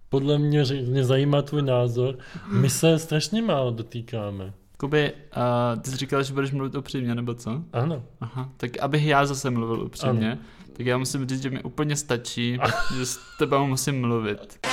podle mě zajímá tvůj názor. My se strašně málo dotýkáme. Kuby, ty jsi říkal, že budeš mluvit upřímně, nebo co? Ano. Aha, tak abych já zase mluvil upřímně, ano. Tak já musím říct, že mi úplně stačí, že s tebou musím mluvit.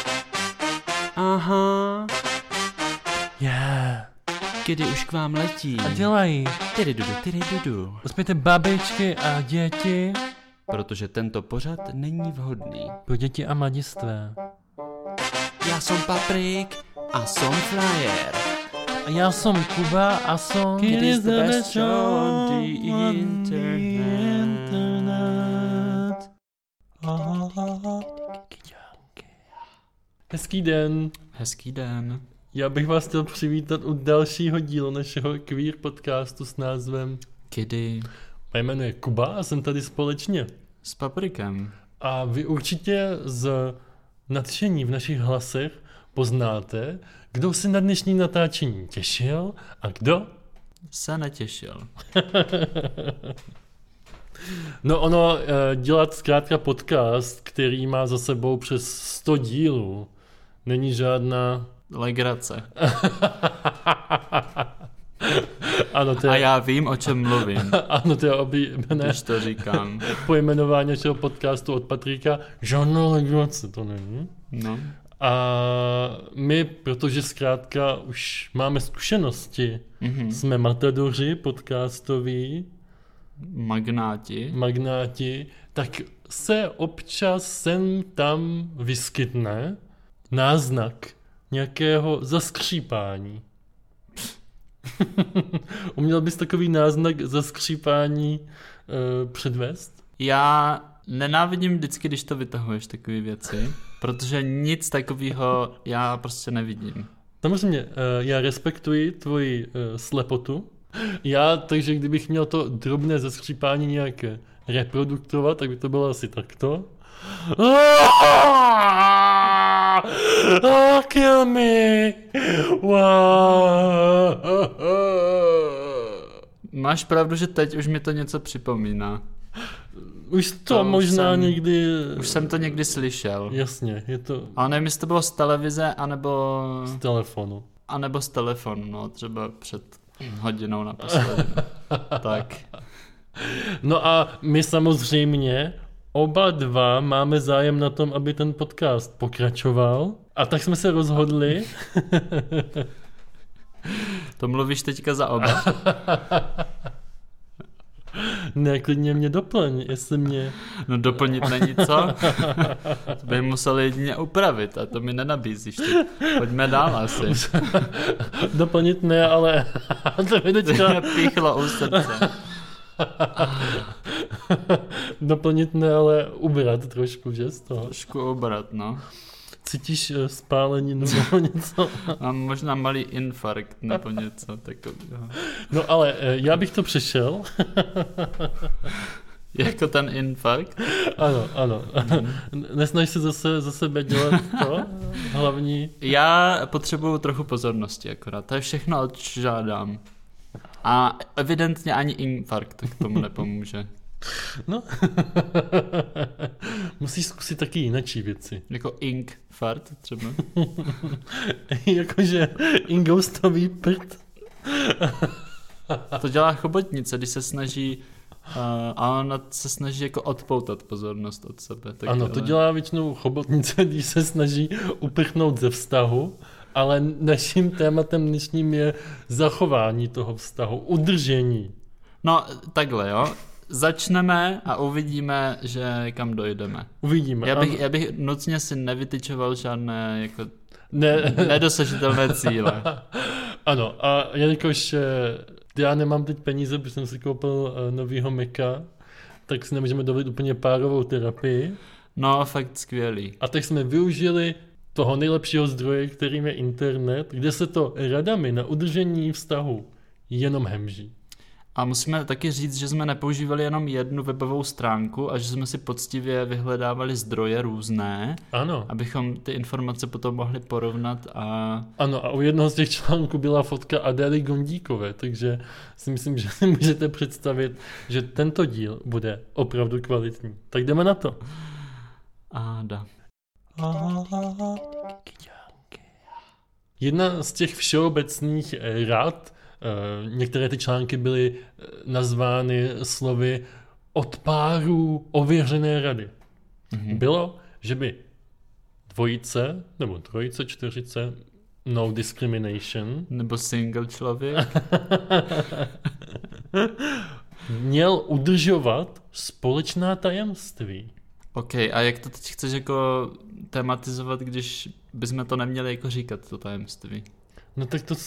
Aha. Yeah. Kdy už k vám letí. A dělají. Tyry-dudu. Uspějte babičky a děti. Protože tento pořad není vhodný. Pro děti a mladistvé. Já jsem Paprik a jsem Flyer. A já jsem Kuba a jsem Kid is the best show on the internet. Hezký den. Hezký den. Já bych vás chtěl přivítat u dalšího dílu našeho queer podcastu s názvem Kdy. Moje jméno je Kuba a jsem tady společně s Paprikem. A vy určitě z nadšení v našich hlasech poznáte, kdo se na dnešní natáčení těšil a kdo se netěšil. No ono, dělat zkrátka podcast, který má za sebou přes 100 dílů, není žádná legrace. Ano, to je... A já vím, o čem mluvím. Ano, to je oblíbené. Když to říkám. Pojmenování našeho podcastu od Patrika. Žádná legrace to není. No. A my, protože zkrátka už máme zkušenosti, jsme matadoři podcastoví, magnáti, tak se občas sem tam vyskytne náznak nějakého zaskřípání. Uměl bys takový náznak zaskřípání předvést? Já nenávidím vždycky, když to vytahuješ takové věci, protože nic takového já prostě nevidím. Samozřejmě, já respektuji tvoji slepotu. Takže kdybych měl to drobné zaskřípání nějak reprodukovat, tak by to bylo asi takto. Kill me! Máš pravdu, že teď už mi to něco připomíná. Už to možná někdy... Už jsem to někdy slyšel. Jasně, je to... Ale nevím, jestli to bylo z televize, anebo... Z telefonu. A nebo z telefonu, no, třeba před hodinou naposledy. Tak. No a my samozřejmě oba dva máme zájem na tom, aby ten podcast pokračoval. A tak jsme se rozhodli. To mluvíš teďka za oba? Ne, klidně mě doplň, jestli mě... No doplnit není co? To bych musel jedině upravit a to mi nenabízíš. Pojďme dál asi. Doplnit ne, ale... To mi teďka... Píchlo u srdce. Doplnit ne, ale ubrat trošku, že z toho. Trošku ubrat, no. Cítíš spálení nebo něco? Mám možná malý infarkt nebo něco takového. No ale já bych to přešel. Jako ten infarkt? Ano. Nesnaž se zase za sebe dělat to hlavní. Já potřebuju trochu pozornosti akorát. To je všechno, o co žádám. A evidentně ani infarkt k tomu nepomůže. No. Musíš zkusit taky jinačí věci. Jako fart třeba. Jakože ingoustový prd. To dělá chobotnice, když se snaží a ona se snaží jako odpoutat pozornost od sebe. Tak ano, to dělá většinou chobotnice, když se snaží uprchnout ze vztahu, ale naším tématem dnešním je zachování toho vztahu, udržení. No, takhle, jo. Začneme a uvidíme, že kam dojdeme. Uvidíme. Já bych nutně si nevytyčoval žádné jako nedosažitelné cíle. Ano, a jelikož já nemám teď peníze, protože jsem si koupil novýho Maca, tak si nemůžeme dovolit úplně párovou terapii. No, fakt skvělý. A tak jsme využili toho nejlepšího zdroje, kterým je internet, kde se to radami na udržení vztahu jenom hemží. A musíme taky říct, že jsme nepoužívali jenom jednu webovou stránku a že jsme si poctivě vyhledávali zdroje různé, ano. Abychom ty informace potom mohli porovnat a... Ano, a u jednoho z těch článků byla fotka Adély Gondíkové, takže si myslím, že si můžete představit, že tento díl bude opravdu kvalitní. Tak jdeme na to. Jedna z těch všeobecných rad, některé ty články byly nazvány slovy od párů ověřené rady. Bylo, že by dvojice, nebo trojice, čtyřice, no discrimination. Nebo single člověk. Měl udržovat společná tajemství. OK, a jak to teď chceš jako tematizovat, když bychom to neměli jako říkat, to tajemství? No tak to...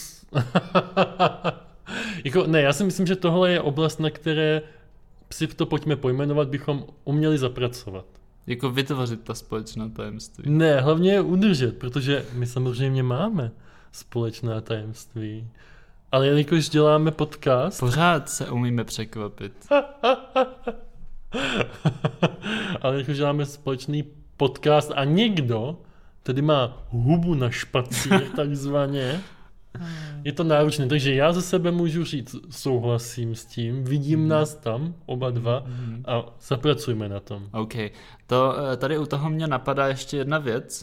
jako, ne, já si myslím, že tohle je oblast, na které si to pojďme pojmenovat, bychom uměli zapracovat. Jako vytvořit ta společná tajemství. Ne, hlavně je udržet, protože my samozřejmě máme společná tajemství. Ale jelikož děláme podcast... Pořád se umíme překvapit. Ale jelikož děláme společný podcast a někdo tedy má hubu na špacír, takzvaně, je to náročné. Takže já ze sebe můžu říct, souhlasím s tím, vidím nás tam, oba dva, a zapracujme na tom. OK. Tady u toho mě napadá ještě jedna věc.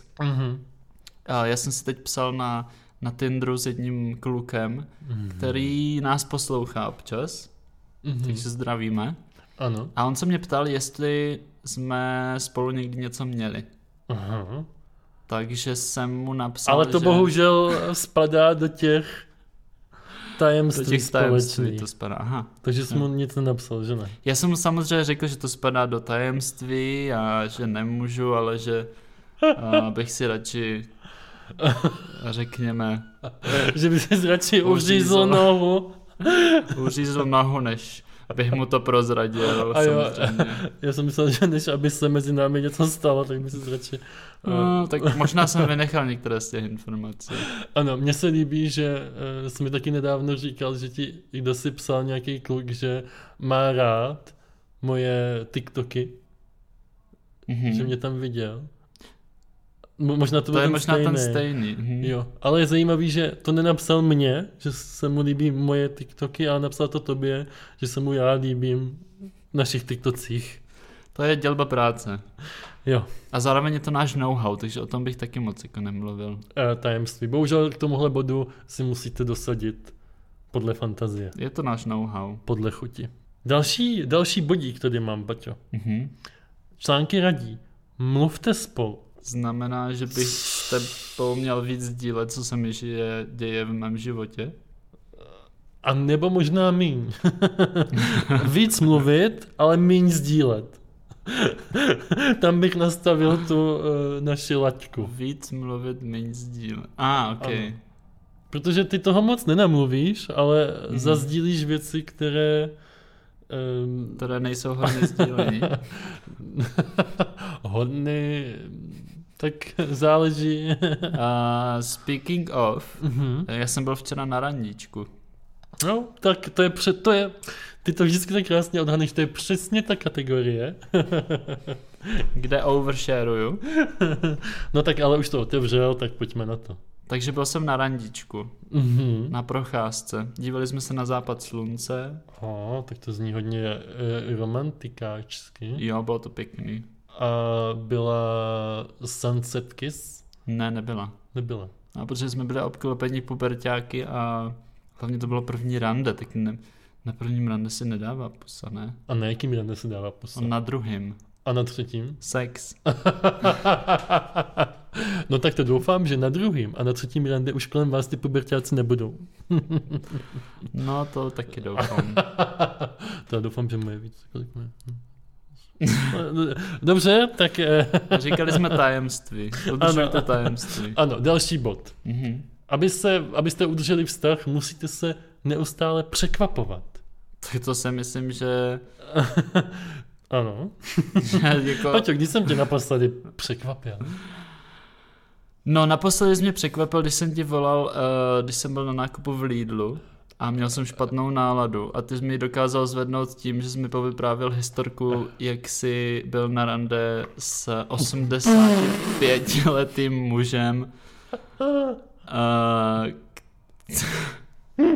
Já jsem si teď psal na Tinderu s jedním klukem, který nás poslouchá občas, takže zdravíme. Ano. A on se mě ptal, jestli jsme spolu někdy něco měli. Aha. Takže jsem mu napsal, ale to že... bohužel spadá do těch tajemství společných. To spadá, aha. Takže jsem mu nic nenapsal, že ne? Já jsem mu samozřejmě řekl, že to spadá do tajemství a že nemůžu, ale že bych si radši řekněme... že by si radši uřízl nohu. Uřízl nohu, než bych mu to prozradil, samozřejmě. Já jsem myslel, že než aby se mezi námi něco stalo, tak by si radši... No, tak možná jsem vynechal některé z těch informací. Ano, mně se líbí, že jsi mi taky nedávno říkal, že ti kdo si psal nějaký kluk, že má rád moje TikToky, že mě tam viděl. Možná to je možná ten stejný. Jo, ale je zajímavý, že to nenapsal mně, že se mu líbí moje TikToky, ale napsal to tobě, že se mu já líbím v našich TikTocích. To je dělba práce. Jo. A zároveň je to náš know-how, takže o tom bych taky moc jako nemluvil. Tajemství. Bohužel k tomuhle bodu si musíte dosadit podle fantazie. Je to náš know-how. Podle chuti. Další bodík tady mám, Baťo. Články radí. Mluvte spolu. Znamená, že bych s tebou měl víc sdílet, co se mi děje v mém životě? A nebo možná míň. Víc mluvit, ale míň sdílet. Tam bych nastavil tu naši laťku. Víc mluvit, míň sdílet. OK. Ano. Protože ty toho moc nenamluvíš, ale zazdílíš věci, které nejsou hodně sdílení. Hodný, tak záleží. Speaking of, já jsem byl včera na randíčku. No, tak to je, ty to vždycky tak krásně odhadneš, to je přesně ta kategorie. Kde overshareuju. No tak ale už to otevřel, tak pojďme na to. Takže byl jsem na randíčku, na procházce. Dívali jsme se na západ slunce. Tak to zní hodně romantikáčsky. Jo, bylo to pěkný. A byla Sunset Kiss? Ne, nebyla. Nebyla. A protože jsme byli obklopení puberťáky a hlavně to bylo první rande, tak na prvním rande si nedává pusa, ne? A na jakým rande si dává pusa? Na druhým. A na třetím? Sex. No tak to doufám, že na druhým a na třetím rande už kolem vás ty puberťáci nebudou. No to taky doufám. To doufám, že moje víc. Kolik moje? Dobře, tak... Říkali jsme tajemství. Udržujte tajemství. Ano, další bod. Abyste udrželi vztah, musíte se neustále překvapovat. Tak to si myslím, že... Ano. Jako... Paťo, když jsem tě naposledy překvapil? No, naposledy jsi mě překvapil, když jsem ti volal, když jsem byl na nákupu v Lidlu a měl jsem špatnou náladu a ty jsi mi dokázal zvednout tím, že jsi mi povyprávěl historku, jak jsi byl na rande s 85letým mužem.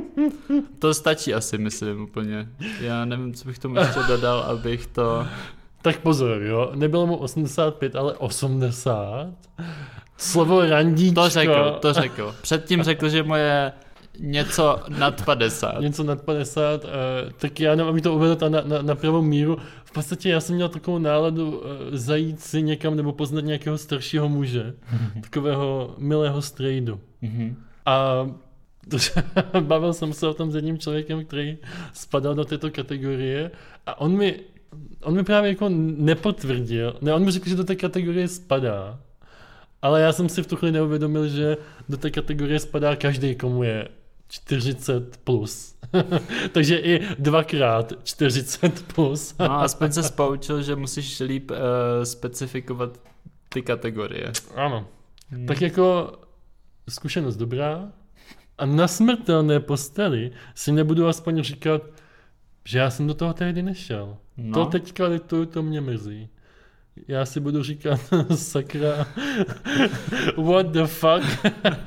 To stačí asi, myslím, úplně. Já nevím, co bych tomu ještě dodal, abych to Tak pozor, jo, nebylo mu 85, ale 80. Slovo randíčko. To řekl. Předtím řekl, že mu je něco nad 50. Něco nad 50, tak já nevím, aby to uvedl na pravou míru. V podstatě já jsem měl takovou náladu zajít si někam nebo poznat nějakého staršího muže. Takového milého strejdu. A bavil jsem se o tom s jedním člověkem, který spadal do této kategorie a on mi právě jako nepotvrdil. Ne, on mi řekl, že do té kategorie spadá. Ale já jsem si v tu chvíli neuvědomil, že do té kategorie spadá každý, komu je 40 plus. Takže i 2x 40 plus. No aspoň se poučil, že musíš líp specifikovat ty kategorie. Ano. Tak jako zkušenost dobrá a na smrtelné posteli si nebudu aspoň říkat, že já jsem do toho tehdy nešel. No. To teďka lituju, to mě mrzí. Já si budu říkat, sakra, what the fuck.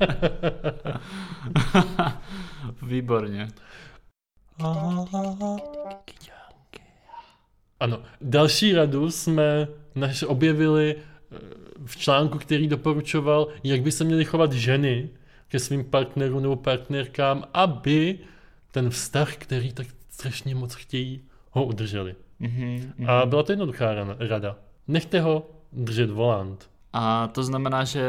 Výborně. Ano, další radu jsme objevili v článku, který doporučoval, jak by se měly chovat ženy ke svým partnerům nebo partnerkám, aby ten vztah, který tak strašně moc chtějí, ho udrželi. A byla to jednoduchá rada. Nechte ho držet volant. A to znamená, že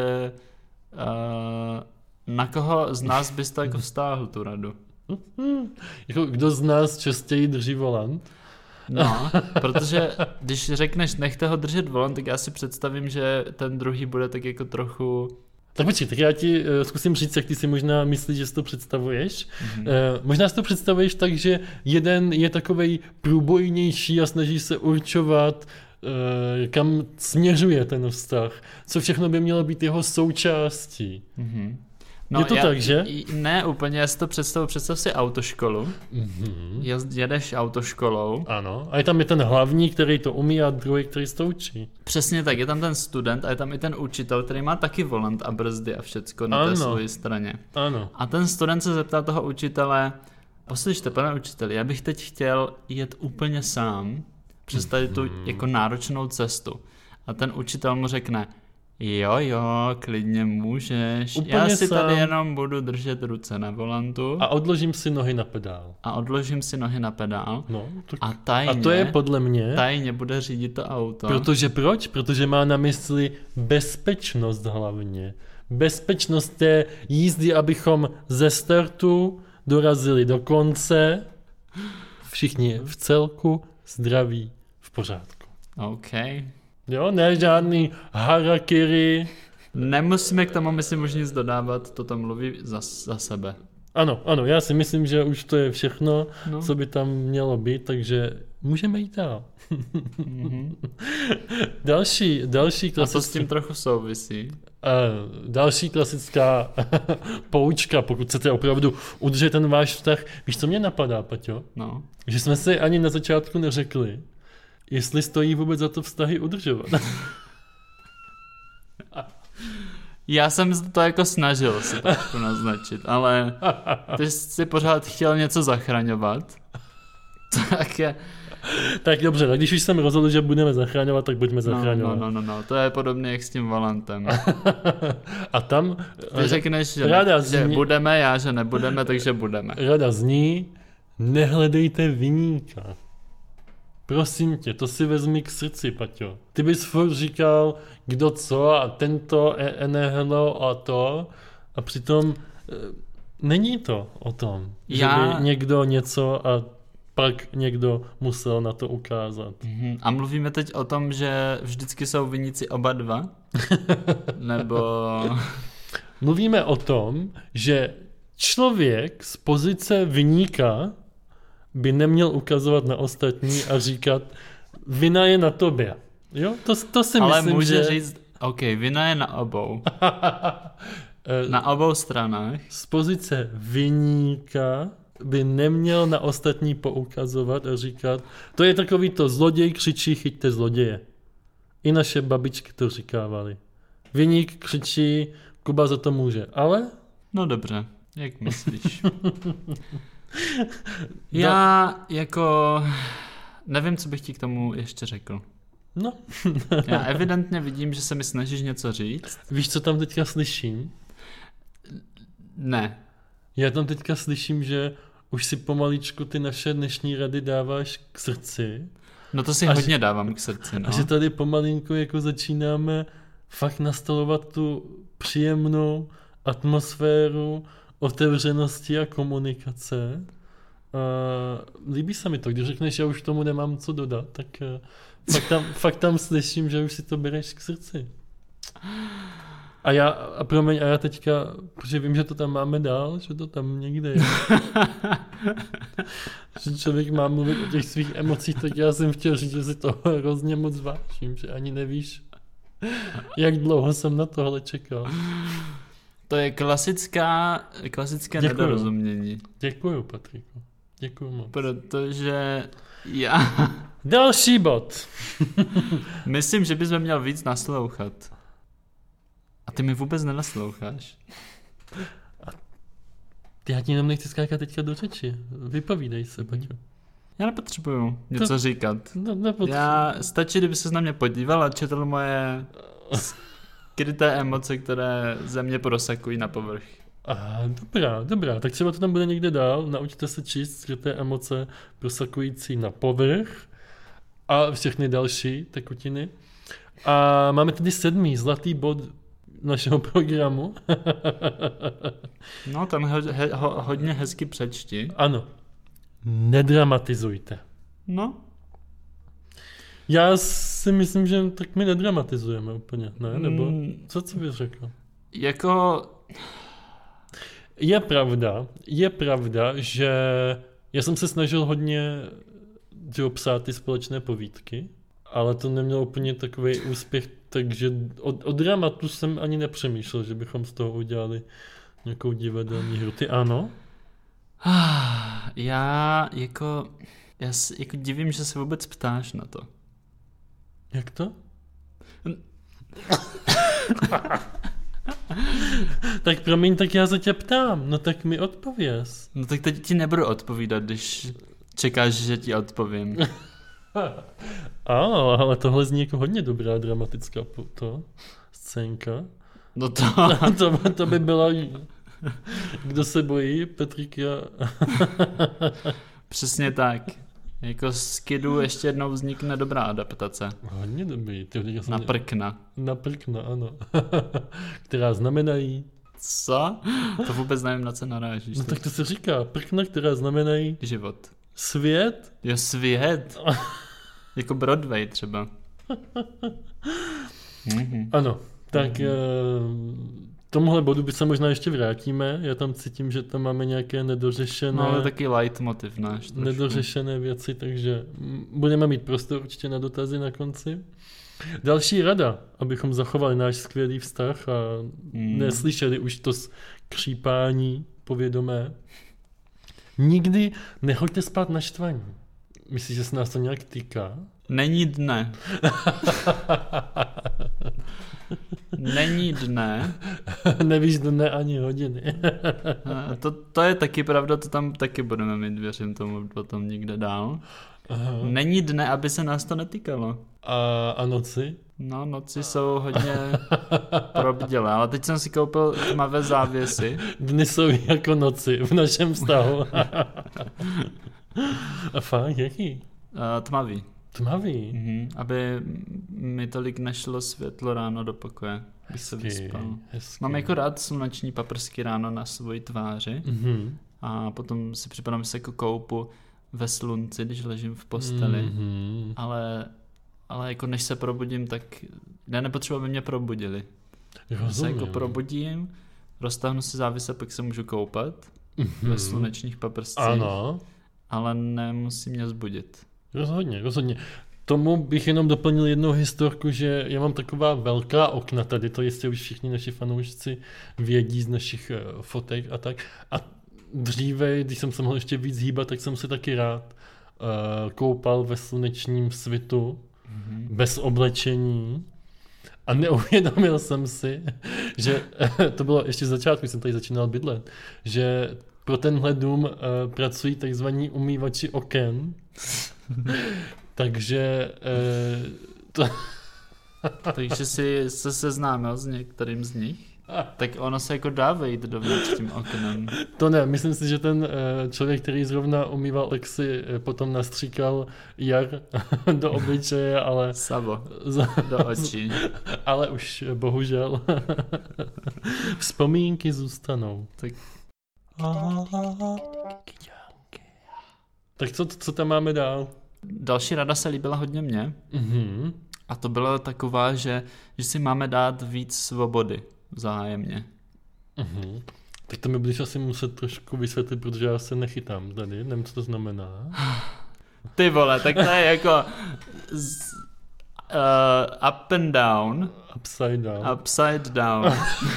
na koho z nás bys to jako vztáhl tu radu? Jako kdo z nás častěji drží volant? No, protože když řekneš nechte ho držet volant, tak já si představím, že ten druhý bude tak jako trochu... Tak počkej, tak já ti zkusím říct, jak ty si možná myslíš, že si to představuješ. Možná si to představuješ tak, že jeden je takovej průbojnější a snaží se určovat, kam směřuje ten vztah, co všechno by mělo být jeho součástí. No, je to tak, že? Ne úplně, já si to představ si autoškolu. Jedeš autoškolou. Ano, a je tam ten hlavní, který to umí a druhý, který to učí. Přesně tak, je tam ten student a je tam i ten učitel, který má taky volant a brzdy a všecko na té své straně. Ano. A ten student se zeptá toho učitele, poslyšte, pane učiteli, já bych teď chtěl jet úplně sám přes tady tu jako náročnou cestu. A ten učitel mu řekne, jo, klidně můžeš. Úplně já si sám. tady jenom budu držet ruce na volantu. A odložím si nohy na pedál. No, a tajně, a to je podle mě... Tajně bude řídit to auto. Protože proč? Protože má na mysli bezpečnost hlavně. Bezpečnost té jízdy, abychom ze startu dorazili do konce. Všichni v celku, zdraví, v pořádku. OK. Jo, ne žádný harakiri. Nemusíme k tomu, myslím, už nic dodávat, to tam mluví za sebe. Ano, já si myslím, že už to je všechno, co by tam mělo být, takže můžeme jít dál. Další klasická... A to s tím trochu souvisí. Další klasická poučka, pokud chcete opravdu udržet ten váš vztah. Víš, co mě napadá, Paťo? No. Že jsme si ani na začátku neřekli, jestli stojí vůbec za to vztahy udržovat. Já jsem to jako snažil si trošku naznačit, ale ty jsi pořád chtěl něco zachraňovat. Tak je... Tak dobře, tak když už jsem rozhodl, že budeme zachraňovat, tak buďme zachraňovat. No, to je podobné jak s tím volantem. A tam... Ty řekneš, že budeme, já, že nebudeme, takže budeme. Rada zní, nehledejte viníka. Prosím tě, to si vezmi k srdci, Paťo. Ty bys furt říkal, kdo co a tento nehlo a to a přitom není to o tom, že by někdo něco a pak někdo musel na to ukázat. A mluvíme teď o tom, že vždycky jsou viníci oba dva? Nebo... Mluvíme o tom, že člověk z pozice viníka by neměl ukazovat na ostatní a říkat, vina je na tobě. Jo? To si ale myslím, může že... říct, OK, vina je na obou. Na obou stranách. Z pozice viníka by neměl na ostatní poukazovat a říkat, to je takový to zloděj křičí, chyťte zloděje. I naše babičky to říkávaly. Viník křičí, Kuba za to může, ale... No dobře, jak myslíš? Já jako nevím, co bych ti k tomu ještě řekl. No. Já evidentně vidím, že se mi snažíš něco říct. Víš, co tam teďka slyším? Ne. Já tam teďka slyším, že už si pomaličku ty naše dnešní rady dáváš k srdci. No to si hodně dávám k srdci, no. A že tady pomalinku jako začínáme fakt nastolovat tu příjemnou atmosféru otevřenosti a komunikace. Líbí se mi to, když řekneš, že já už tomu nemám co dodat, tak fakt tam slyším, že už si to bereš k srdci. A já teďka, protože vím, že to tam máme dál, že to tam někde je. Že člověk má mluvit o těch svých emocích, tak já jsem chtěl říct, že si to hrozně moc vážím, že ani nevíš, jak dlouho jsem na tohle čekal. To je klasické nedorozumění. Děkuju, Patriku. Děkuju moc. Protože já... Další bod. Myslím, že bychom měl víc naslouchat. A ty mi vůbec nenasloucháš. Já ti jenom nechci skákat teďka do řeči. Vypovídej se, pojď. Já nepotřebuju něco říkat. Nepotřebuji. Stačí, kdyby ses na mě podíval a četl moje skryté emoce, které ze mě prosakují na povrch. Dobrá. Tak třeba to tam bude někde dál. Naučte se číst skryté emoce prosakující na povrch a všechny další tekutiny. A máme tady 7. zlatý bod našeho programu. No, tam hodně hezky přečti. Ano. Nedramatizujte. No. Já si myslím, že tak my nedramatizujeme úplně, ne? Nebo co bys řekl? Jako... Je pravda, že já jsem se snažil hodně psát ty společné povídky, ale to nemělo úplně takový úspěch, takže o dramatu jsem ani nepřemýšlel, že bychom z toho udělali nějakou divadelní hru. Ty ano? Já divím, že se vůbec ptáš na to. Jak to? Tak promiň, tak já se tě ptám, no tak mi odpověz. No tak teď ti nebudu odpovídat, když čekáš, že ti odpovím. Ale tohle zní jako hodně dobrá dramatická scénka. No to by byla... Kdo se bojí? Patrik a... Přesně tak. Jako z Kidu ještě jednou vznikne dobrá adaptace. Hodně dobrý. Na prkna. Na prkna, ano. Která znamenají... Co? To vůbec nevím, na co narážíš. No tak to se říká. Prkna, která znamenají... Život. Svět? Jo, svět. Jako Broadway třeba. Ano. Tak tomuhle bodu by se možná ještě vrátíme. Já tam cítím, že tam máme nějaké nedořešené... No, ale taky leitmotiv náš. Trošku. Nedořešené věci, takže budeme mít prostor určitě na dotazy na konci. Další rada, abychom zachovali náš skvělý vztah a neslyšeli už to skřípání povědomé. Nikdy nechoďte spát naštvaní. Myslíš, že se nás to nějak týká? Není dne. Není dne. Nevíš dne ani hodiny. To je taky pravda, to tam taky budeme mít, věřím tomu, potom někde dál. Aha. Není dne, aby se nás to netýkalo. A noci? No, noci jsou hodně probdělé, ale teď jsem si koupil tmavé závěsy. Dny jsou jako noci v našem vztahu. A fakt, jaký? Tmavý. Tmavý? Aby mi tolik nešlo světlo ráno do pokoje. Hezky. Mám jako rád sluneční paprsky ráno na svoji tváři a potom si připadám, že se jako koupu ve slunci, když ležím v posteli. Ale jako než se probudím, tak já nepotřebuji, aby mě probudili. Když se jako probudím, roztáhnu si závis a pak se můžu koupat ve slunečních paprscích. Ano. Ale nemusí mě zbudit. Rozhodně. Tomu bych jenom doplnil jednu historku, že já mám taková velká okna tady, to jistě už všichni naši fanoušci vědí z našich fotek a tak. A dříve, když jsem se mohl ještě víc hýbat, tak jsem se taky rád koupal ve slunečním svitu, bez oblečení. A neuvědomil jsem si, že to bylo ještě z začátku, když jsem tady začínal bydlet, že pro tenhle dům pracují takzvaní umývači oken. Takže Takže si se seznámil s některým z nich? Tak ono se jako dá vejít dovnitř tím oknem. To ne, myslím si, že ten člověk, který zrovna umýval, tak si potom nastříkal jar do obličeje, ale... Sabo, do očí. Ale už bohužel vzpomínky zůstanou. Tak co tam máme dál? Další rada se líbila hodně mně. Mm-hmm. A to byla taková, že si máme dát víc svobody vzájemně. Mm-hmm. Tak to mi budeš asi muset trošku vysvětlit, protože já se nechytám tady, nevím, co to znamená. Ty vole, tak to je jako up and down. Upside down. Upside down.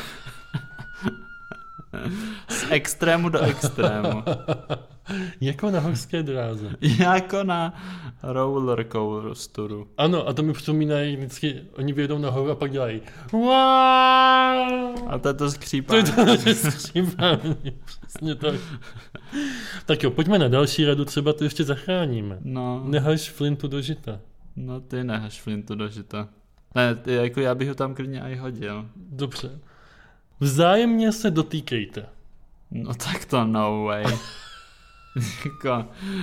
Z extrému do extrému. Jako na horské dráze. Jako na roller coasteru. Ano, a to mi připomínají vždycky, oni vyjedou nahoru a pak dělají wow! A to je to skřípání. To je to skřípání, přesně tak. Tak jo, pojďme na další radu, třeba to ještě zachráníme. No. Nehaš Flintu do žita. No ty nehaš Flintu do žita. Ne, jako já bych ho tam klidně aj hodil. Dobře. Vzájemně se dotýkejte. No tak to no way. Jako,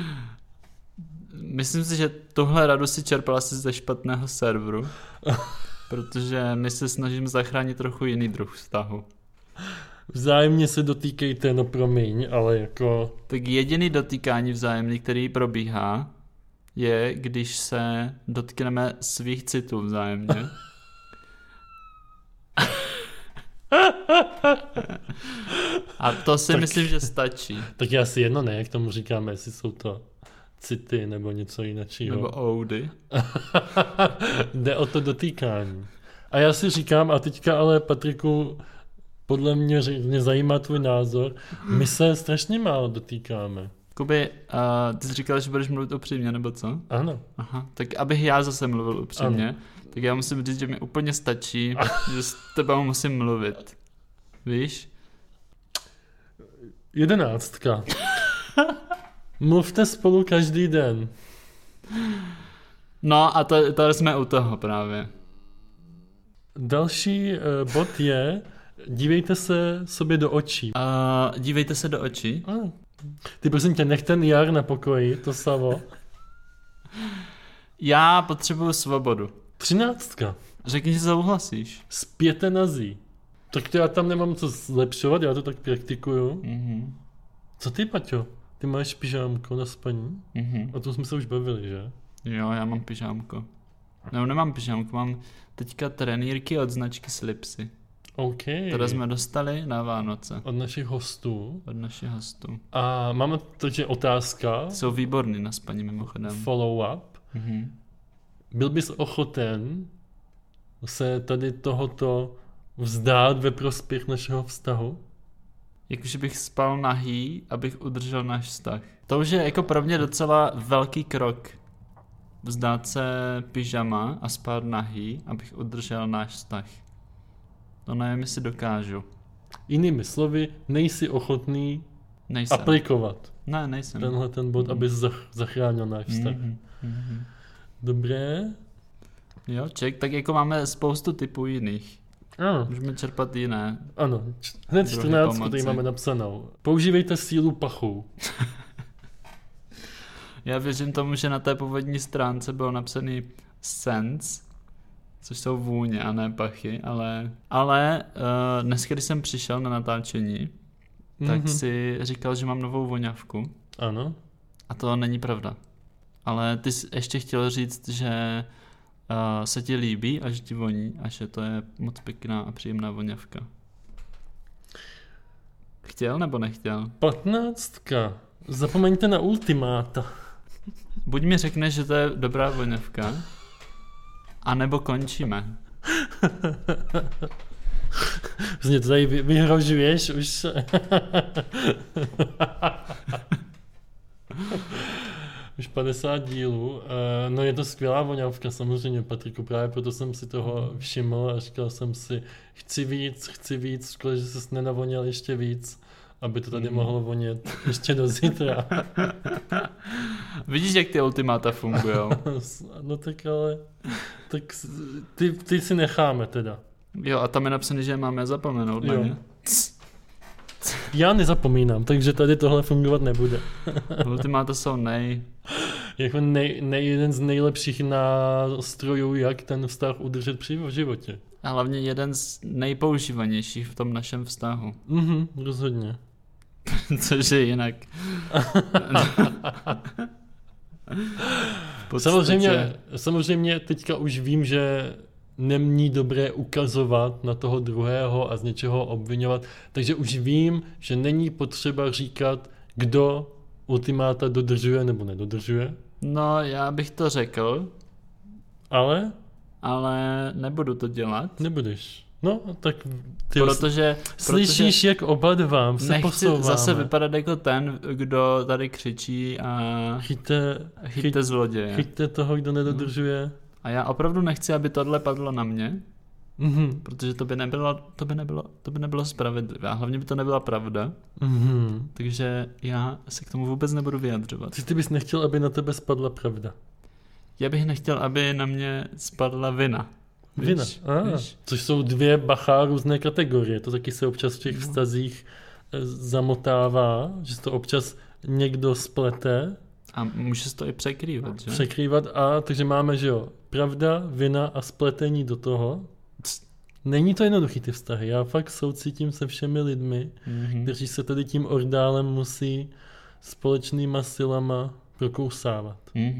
myslím si, že tohle radu si čerpala asi ze špatného serveru, protože my se snažíme zachránit trochu jiný druh vztahu. Vzájemně se dotýkejte, no promiň, ale jako... Tak jediný dotýkání vzájemný, který probíhá, je, když se dotkneme svých citů vzájemně. A to si myslím, že stačí. Tak je asi jedno, ne, jak tomu říkáme, jestli jsou to city nebo něco jiného. Nebo oudy. Jde o to dotýkání. A já si říkám, a teďka ale Patriku, podle mě zajímá tvůj názor, my se strašně málo dotýkáme. Kuby, ty jsi říkal, že budeš mluvit upřímně, nebo co? Ano. Aha, tak abych já zase mluvil upřímně, ano. Tak já musím říct, že mi úplně stačí, že s tebou musím mluvit. Víš? 11. Mluvte spolu každý den. No a to jsme u toho právě. Další bod je, dívejte se sobě do očí. Dívejte se do očí? Ty prosím tě, nech ten jar na pokoji, to Savo. Já potřebuju svobodu. 13. Řekni, že souhlasíš. Spěte nazí. Tak to já tam nemám co zlepšovat, já to tak praktikuju. Mm-hmm. Co ty, Paťo? Ty máš pyžámko na spaní? Mm-hmm. O tom jsme se už bavili, že? Jo, já mám pyžámko. No, nemám pyžámko, mám teďka trenýrky od značky Slipsy. OK. Které jsme dostali na Vánoce. Od našich hostů. Od našich hostů. A máme takže otázka. Jsou výborný na spaní mimochodem. Follow-up. Mm-hmm. Byl bys ochoten se tady tohoto vzdát ve prospěch našeho vztahu? Jakože bych spal nahý, abych udržel náš vztah. To už je jako pro mě docela velký krok. Vzdát se pyžama a spát nahý, abych udržel náš vztah. To nevím, jestli dokážu. Jinými slovy, nejsi ochotný Nejsem. aplikovat. Ne, nejsem. Tenhle ten bod, aby zachránil náš vztah. Mm-hmm. Dobré. Jo, tak jako máme spoustu typů jiných. Ano. Můžeme čerpat jiné. Ano. Hned 14 tady máme napsanou. Používejte sílu pachu. Já věřím tomu, že na té původní stránce bylo napsaný sense, což jsou vůně a ne pachy, ale dneska, když jsem přišel na natáčení, tak si říkal, že mám novou voňavku. Ano. A to není pravda. Ale ty jsi ještě chtěl říct, že se ti líbí a že ti voní a že to je moc pěkná a příjemná voňavka. Chtěl nebo nechtěl? 15. Zapomeňte na ultimáta. Buď mi řekneš, že to je dobrá voňavka, anebo končíme. Vlastně to tady vyhrožuješ už. Už 50 dílů. No je to skvělá voňavka samozřejmě, Patriku, právě proto jsem si toho všiml a říkal jsem si, chci víc, škoda, že ses nenavoněl ještě víc. aby to tady mohlo vonět ještě do zítra. Vidíš, jak ty ultimáta fungujou? No tak ale, tak ty si necháme teda. Jo, a tam je napsané, že je máme zapomenout na ně. Já nezapomínám, takže tady tohle fungovat nebude. Ultimáta jsou jako jeden z nejlepších nástrojů, jak ten vztah udržet v životě. A hlavně jeden z nejpoužívanějších v tom našem vztahu. Rozhodně. Což je jinak. Samozřejmě teďka už vím, že není dobré ukazovat na toho druhého a z něčeho obvinovat, takže už vím, že není potřeba říkat, kdo ultimáta dodržuje nebo nedodržuje. No, já bych to řekl. Ale nebudu to dělat. Nebudeš. No, tak ty protože slyšíš, jak oba dva se posouváme. Nechci zase vypadat jako ten, kdo tady křičí a chyťte zloděje. Chyťte toho, kdo nedodržuje. A já opravdu nechci, aby tohle padlo na mě, protože to by nebylo spravedlivé. A hlavně by to nebyla pravda. Takže já se k tomu vůbec nebudu vyjadřovat. Ty bys nechtěl, aby na tebe spadla pravda? Já bych nechtěl, aby na mě spadla vina. Vina, což jsou dvě různé kategorie. To taky se občas v těch vztazích zamotává, že to občas někdo splete. A může se to i překrývat, že? Překrývat, takže máme, že jo, pravda, vina a spletení do toho. Není to jednoduchý ty vztahy. Já fakt soucítím se všemi lidmi, kteří se tady tím ordálem musí společnýma silama prokousávat.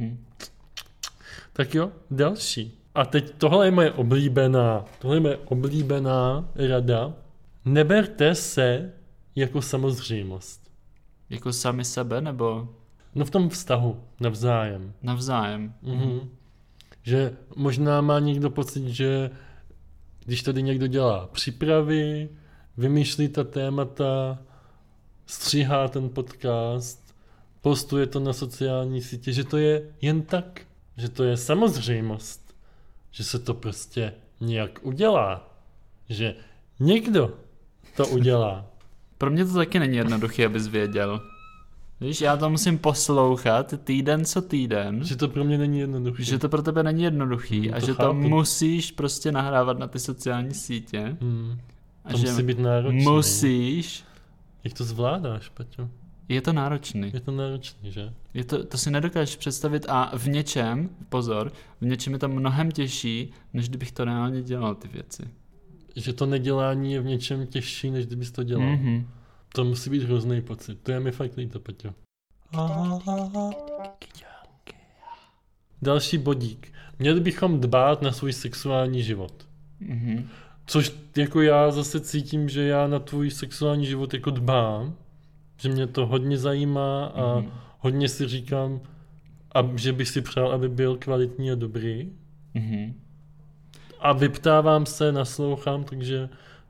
Tak jo, další. A teď tohle je moje oblíbená rada. Neberte se jako samozřejmost. Jako sami sebe, nebo? No v tom vztahu, navzájem. Že možná má někdo pocit, že když tady někdo dělá přípravy, vymýšlí ta témata, stříhá ten podcast, postuje to na sociální sítě, že to je jen tak, že to je samozřejmost. Že se to prostě nějak udělá. Že někdo to udělá. Pro mě to taky není jednoduchý, abys věděl. Víš, já to musím poslouchat týden co týden. Že to pro mě není jednoduchý. Že to pro tebe není jednoduchý a že to musíš prostě nahrávat na ty sociální sítě. A to musí být náročný. Musíš. Jak to zvládáš, Paťo? Je to náročný. Je to náročný, že? To si nedokážeš představit a v něčem je to mnohem těžší, než kdybych to reálně dělal ty věci. Že to nedělání je v něčem těžší, než kdybys to dělal. To musí být hrozný pocit. To je mi fakt líto, Paťo. Další bodík. Měli bychom dbát na svůj sexuální život. Což jako já zase cítím, že já na tvůj sexuální život jako dbám. Že mě to hodně zajímá a hodně si říkám, že bych si přál, aby byl kvalitní a dobrý. A vyptávám se, naslouchám, takže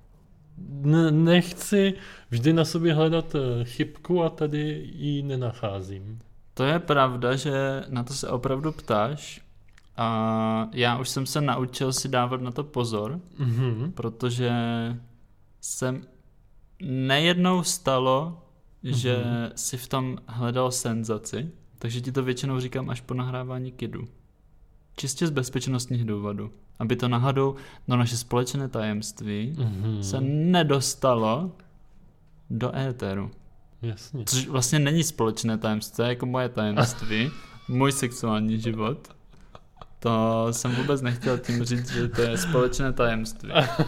nechci vždy na sobě hledat chybku a tady ji nenacházím. To je pravda, že na to se opravdu ptáš a já už jsem se naučil si dávat na to pozor, protože jsem nejednou stalo, že si v tom hledal senzaci, takže ti to většinou říkám až po nahrávání kidu. Čistě z bezpečnostních důvodů. Aby to náhodou naše společné tajemství se nedostalo do éteru. Jasně. Což vlastně není společné tajemství, to je jako moje tajemství, můj sexuální život. To jsem vůbec nechtěl tím říct, že to je společné tajemství.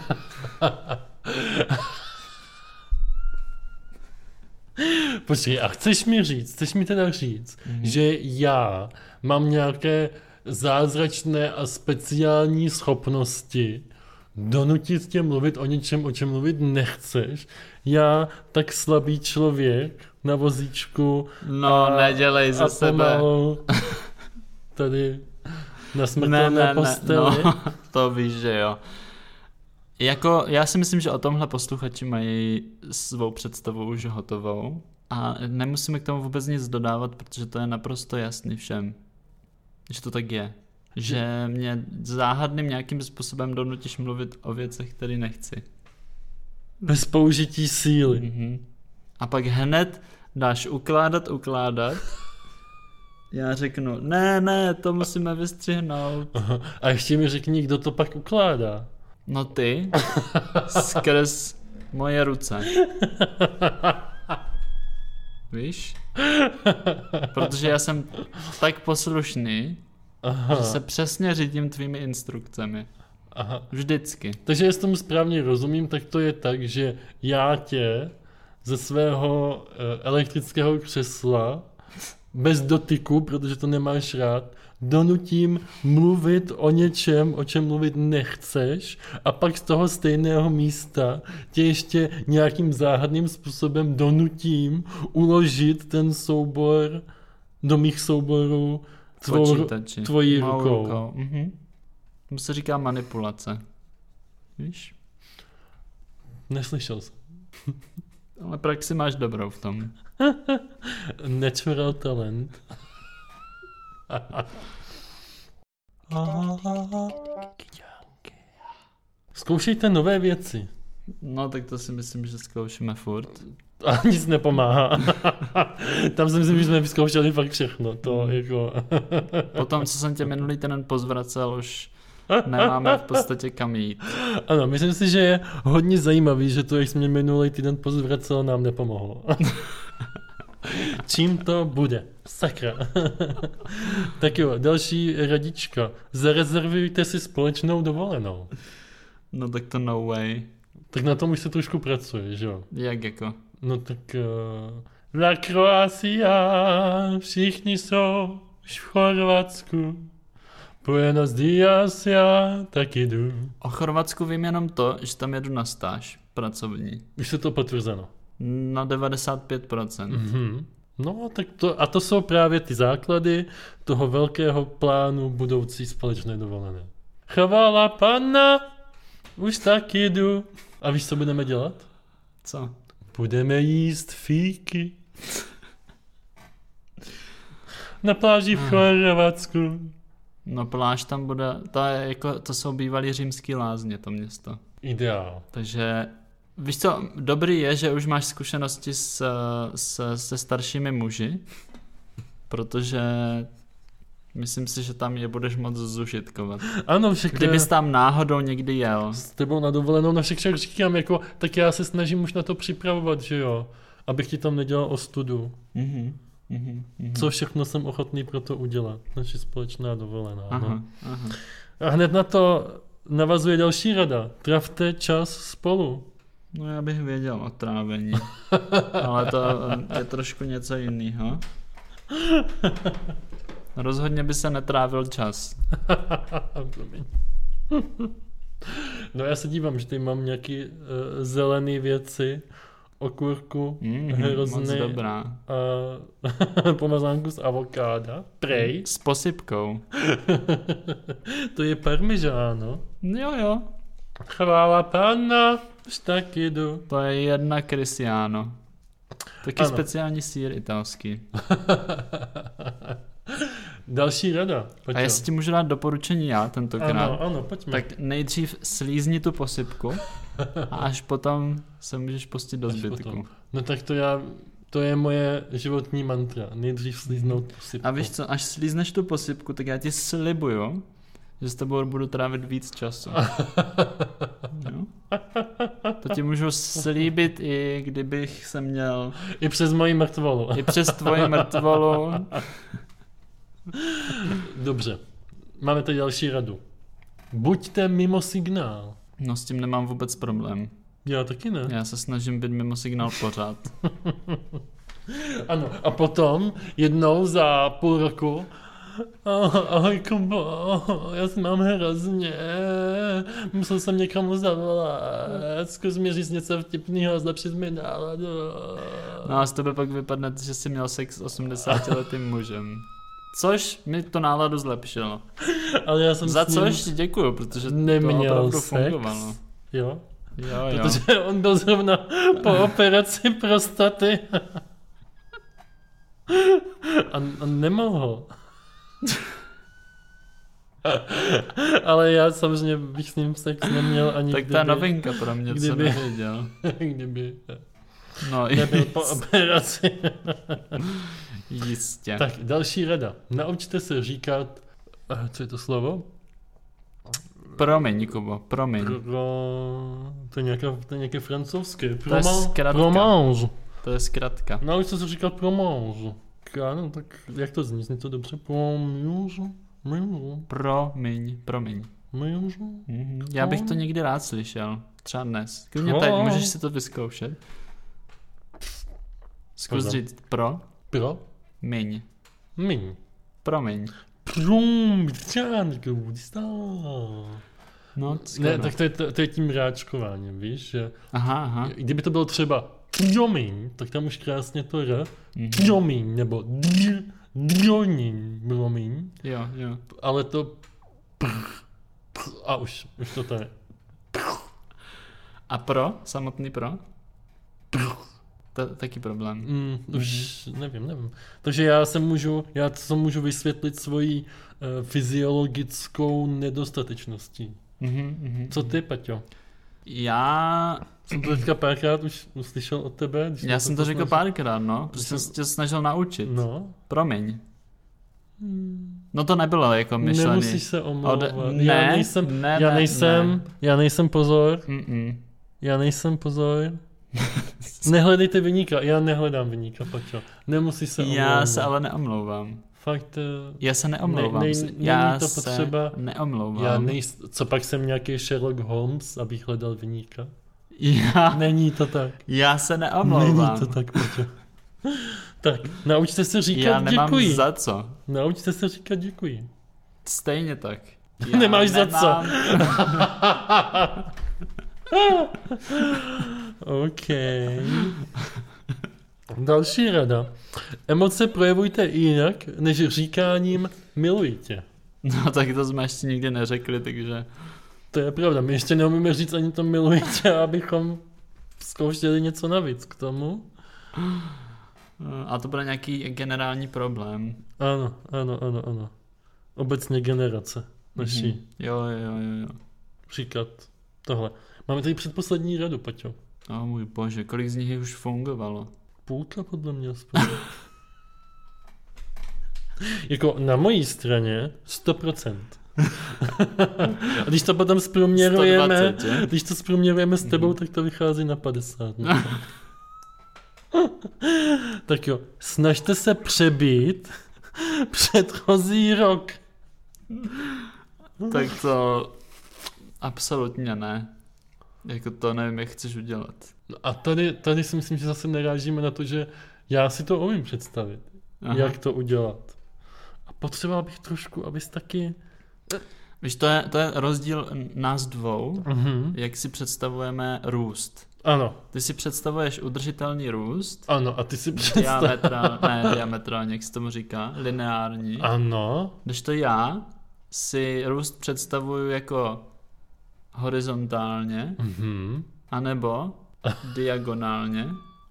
Počkej, a chceš mi teda říct, že já mám nějaké zázračné a speciální schopnosti donutit tě mluvit o něčem, o čem mluvit nechceš. Já, tak slabý člověk na vozíčku nedělej ze sebe. Tady na smrtelné posteli. No, to víš, že jo. Jako, já si myslím, že o tomhle posluchači mají svou představu už hotovou a nemusíme k tomu vůbec nic dodávat, protože to je naprosto jasný všem, že to tak je. Že mě záhadným nějakým způsobem donutíš mluvit o věcech, které nechci. Bez použití síly. a pak hned dáš ukládat. Já řeknu, ne, to musíme vystřihnout. Aha. A ještě mi řekni, kdo to pak ukládá. No ty, skrz moje ruce. Víš? Protože já jsem tak poslušný, že se přesně řídím tvými instrukcemi. Aha. Vždycky. Takže jestli tomu správně rozumím, tak to je tak, že já tě ze svého elektrického křesla bez dotyku, protože to nemáš rád, donutím mluvit o něčem, o čem mluvit nechceš, a pak z toho stejného místa tě ještě nějakým záhadným způsobem donutím uložit ten soubor do mých souborů tvojí rukou. To se říká manipulace. Víš? Neslyšel jsem. Ale praxi máš dobrou v tom. Natural talent. Zkoušejte nové věci. No tak to si myslím, že zkoušíme furt. A nic nepomáhá. Tam si myslím, že jsme vyzkoušeli fakt všechno. To jako... Potom, co jsem tě minulý týden pozvracel, už nemáme v podstatě kam jít. Ano, myslím si, že je hodně zajímavý, že to, jak jsi mě minulý týden pozvracel, nám nepomohlo. Čím to bude? Sakra. Tak jo, další radička. Zarezervujte si společnou dovolenou. No tak to no way. Tak na tom už se trošku pracuje, že jo? Jak jako? No tak... La Croacia, všichni jsou už v Chorvatsku. Buenos días, já tak jdu. O Chorvatsku vím jenom to, že tam jedu na stáž pracovní. Už se to potvrzeno. Na 95%. Mm-hmm. No, tak to jsou právě ty základy toho velkého plánu budoucí společné dovolené. Chvala Panna, už tak jdu. A víš, co budeme dělat? Co? Budeme jíst fíky. Na pláži v Chorvatsku. No pláž tam bude, to jsou bývalý římský lázně, to město. Ideál. Takže víš co, dobrý je, že už máš zkušenosti se staršími muži, protože myslím si, že tam je budeš moc zužitkovat. Ano, však... Kdybys tam náhodou někdy jel. S tebou na dovolenou, na však říkám, jako, tak já se snažím už na to připravovat, že jo, abych ti tam nedělal ostudu. Co všechno jsem ochotný pro to udělat. Naše společná dovolená. Aha. A hned na to navazuje další rada. Trávte čas spolu. No já bych věděl o trávení. Ale to je trošku něco jiného. Rozhodně by se netrávil čas. No já se dívám, že tady mám nějaký zelený věci, okurku, hrozný moc dobrá. A pomazánku z avokáda. Prej. S posypkou. To je parmigiano. Jo. Chvála Panna, už tak jdu. To je jedna Cristiano. Taky ano. Speciální sýr italský. Další rada. A jestli ti můžu dát doporučení já tentokrát. Ano, pojďme. Tak nejdřív slízni tu posypku a až potom se můžeš pustit do zbytku. No tak to je moje životní mantra. Nejdřív slíznout posypku. A víš co, až slízneš tu posypku, tak já ti slibuju, že s tebou budu trávit víc času. Jo? To ti můžu slíbit, i kdybych se měl... I přes moji mrtvolu. I přes tvoji mrtvolu. Dobře. Máme tady další radu. Buďte mimo signál. No s tím nemám vůbec problém. Já taky ne. Já se snažím být mimo signál pořád. Ano, a potom jednou za půl roku ahoj Kubo, já si mám hrozně, musel jsem někomu zavolat, zkus mi říct něco vtipného a zlepšit mi náladu. No a z tebe pak vypadne, že jsi měl sex s 80letým mužem. Což mi to náladu zlepšilo. Ale já jsem za což ti děkuju, protože to opravdu fungovalo. Jo? Jo. Protože on byl zrovna po operaci prostaty. A nemohl. Ale já samozřejmě bych s ním sex neměl ani tak ta novinka pro mě, co nevěděl. Kdyby No, nebyl po operaci. Jistě. Tak, další rada. Naučte se říkat, co je to slovo? Promiň, Kubo, promiň. To je nějaké francouzské. To je zkratka. Promange. To je zkratka. Naučte se říkat promange. Ano, tak jak to zní? Zní to dobře? Promiň. Mange? Já bych to někdy rád slyšel. Třeba dnes. Klidně teď, můžeš si to vyzkoušet. Zkus říct pro. Miň. Promiň. No, ne, tak to je tím ráčkováním, víš, že aha. kdyby to bylo třeba promiň, tak tam už krásně to r, promiň, nebo promiň, jo. ale to a už to tady. A samotný pro? Taky problém. Už nevím. Takže já můžu vysvětlit svoji fyziologickou nedostatečností. Co ty, Paťo? Já jsem to teďka párkrát už uslyšel od tebe. Já jsem to řekl párkrát, no. Protože jsem se tě snažil naučit. No. Promiň. No to nebylo jako myšlený. Nemusíš se omlouvat. Ne. Já nejsem pozor. Já nejsem pozor. Nehledejte viníka. Já nehledám viníka, Paťo. Nemusíš se omlouvat. Já se ale neomlouvám. Fakt. Já se neomlouvám. Já to potřeba. Neomlouvám. Co pak jsem nějaký Sherlock Holmes, abych hledal viníka? Není to tak. Já se neomlouvám. Není to tak, Paťo. Tak, naučte se říkat já nemám děkuji. za co. Naučte se říkat děkuji. Stejně tak. Nemáš za co. OK. Další rada. Emoce projevujte jinak, než říkáním miluji tě. No tak to jsme ještě nikdy neřekli, takže... To je pravda, my ještě neumíme říct ani to miluji tě, abychom zkoušeli něco navíc k tomu. A to bude nějaký generální problém. Ano. Obecně generace naší. Jo. Říkat tohle. Máme tady předposlední radu, Paťo. Můj bože, kolik z nich už fungovalo? Půlka podle mě aspoň. Jako na mojí straně 100%. A když to potom zprůměrujeme, 120, s tebou, tak to vychází na 50. Tak jo, snažte se přebít předchozí rok. Tak to absolutně ne. Jako to nevím, jak chceš udělat. No a tady si myslím, že zase narážíme na to, že já si to umím představit. Jak to udělat. A potřeboval bych trošku, abys taky... Víš, to je rozdíl nás dvou, jak si představujeme růst. Ano. Ty si představuješ udržitelný růst. Ano, a ty si představuješ... Diametrálně, jak se tomu říká, lineární. Ano. Kdežto já si růst představuju jako horizontálně, anebo diagonálně.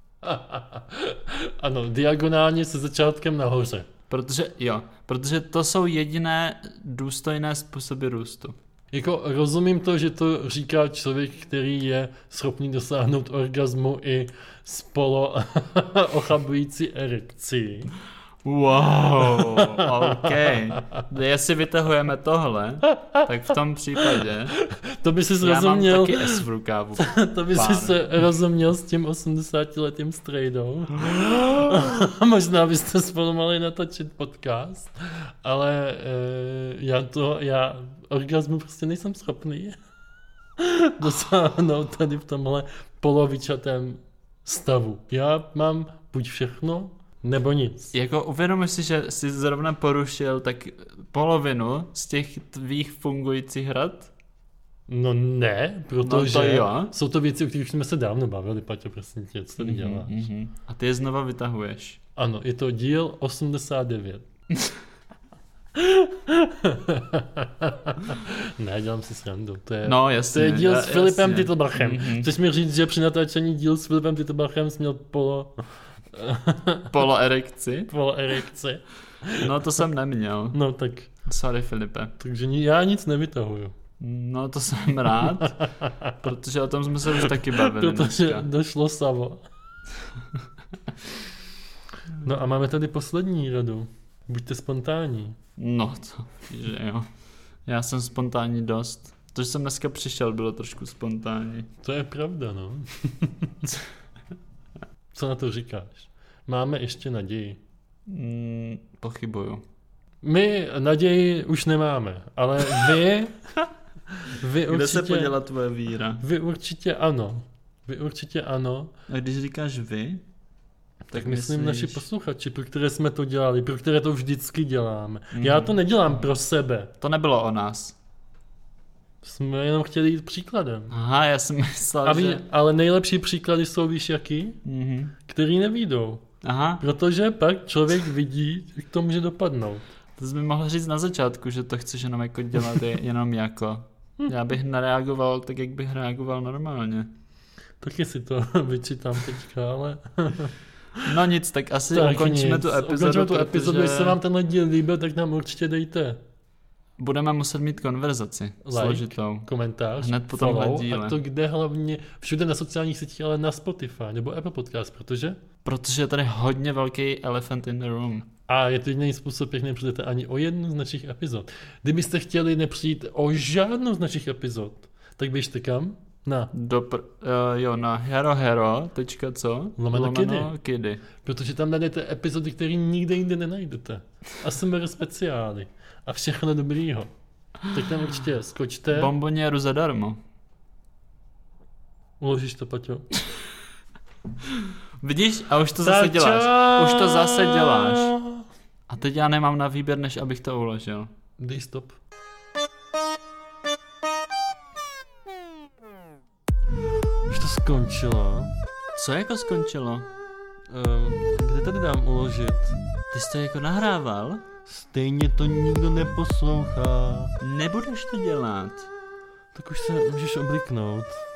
Ano, diagonálně se začátkem nahoře. Protože to jsou jediné důstojné způsoby růstu. Jako rozumím to, že to říká člověk, který je schopný dosáhnout orgazmu i s ochabující erekcí. Wow, OK. Jestli vytahujeme tohle, tak v tom případě to by si rozuměl, mám taky S v rukávu. To by si se rozuměl s tím 80letým strejdou. Možná byste spolu mohli natočit podcast, ale já orgazmu prostě nejsem schopný dosáhnout tady v tomhle polovičatém stavu. Já mám buď všechno, nebo nic. Jako uvědomíš si, že jsi zrovna porušil tak polovinu z těch tvých fungujících rad? No ne, protože jsou to věci, o kterých jsme se dávno bavili, Paťo, prosím tě, co tady děláš? A ty je znova vytahuješ. Ano, je to díl 89. Ne, dělám si srandu. To je díl s Filipem Titlbachem. Chceš mi říct, že při natáčení díl s Filipem Titlbachem jsi měl poloerekci? Poloerekci. No to jsem neměl. No tak. Sorry, Filipe. Takže já nic nevytahuju. No to jsem rád, protože o tom jsme se už taky bavili. Protože došlo samo. No a máme tady poslední radu. Buďte spontánní. No to, že jo. Já jsem spontánní dost. To, že jsem dneska přišel, bylo trošku spontánní. To je pravda, no. Co na to říkáš? Máme ještě naději. Pochybuju. My naději už nemáme, ale vy Kde určitě... se poděla tvoje víra? Vy určitě ano. Vy určitě ano. A když říkáš vy, Tak myslím myslíš... naši posluchači, pro které jsme to dělali, pro které to vždycky děláme. Já to nedělám pro sebe. To nebylo o nás. Jsme jenom chtěli jít příkladem. Aha, já jsem myslel, že... Ale nejlepší příklady jsou, víš jaký? Který nevídou. Aha, Protože pak člověk vidí, jak to může dopadnout. to jsi mi mohl říct na začátku, že to chceš jenom jako dělat jenom jako. Já bych nereagoval tak, jak bych reagoval normálně. Taky si to vyčítám teďka, ale... No nic, tak asi Tak ukončíme nic. tu epizodu, Ukončíme tu epizodu, protože jestli se vám tenhle díl líbil, tak nám určitě dejte budeme muset mít konverzaci složitou. komentář, Hned po tomhle follow, díle. a to kde hlavně, všude na sociálních sítích, ale na Spotify nebo Apple Podcast, Protože je tady hodně velký elephant in the room. a je to jediný způsob, jak nepřijdete ani o jednu z našich epizod. Kdybyste chtěli nepřijít o žádnou z našich epizod, tak běžte kam? Na Na herohero.co Kiddy. Protože tam najdete epizody, které nikde jinde nenajdete. ASMR speciály a všechno dobrýho. Tak tam určitě skočte. Bomboněru zadarmo. Uložíš to, Paťo? Vidíš? A už to zase děláš. Už to zase děláš. A teď já nemám na výběr, než abych to uložil. Dej stop. Už to skončilo. Co jako skončilo? Kde tady dám uložit? Ty jsi to jako nahrával? Stejně to nikdo neposlouchá. Nebudeš to dělat. Tak už se můžeš obliknout.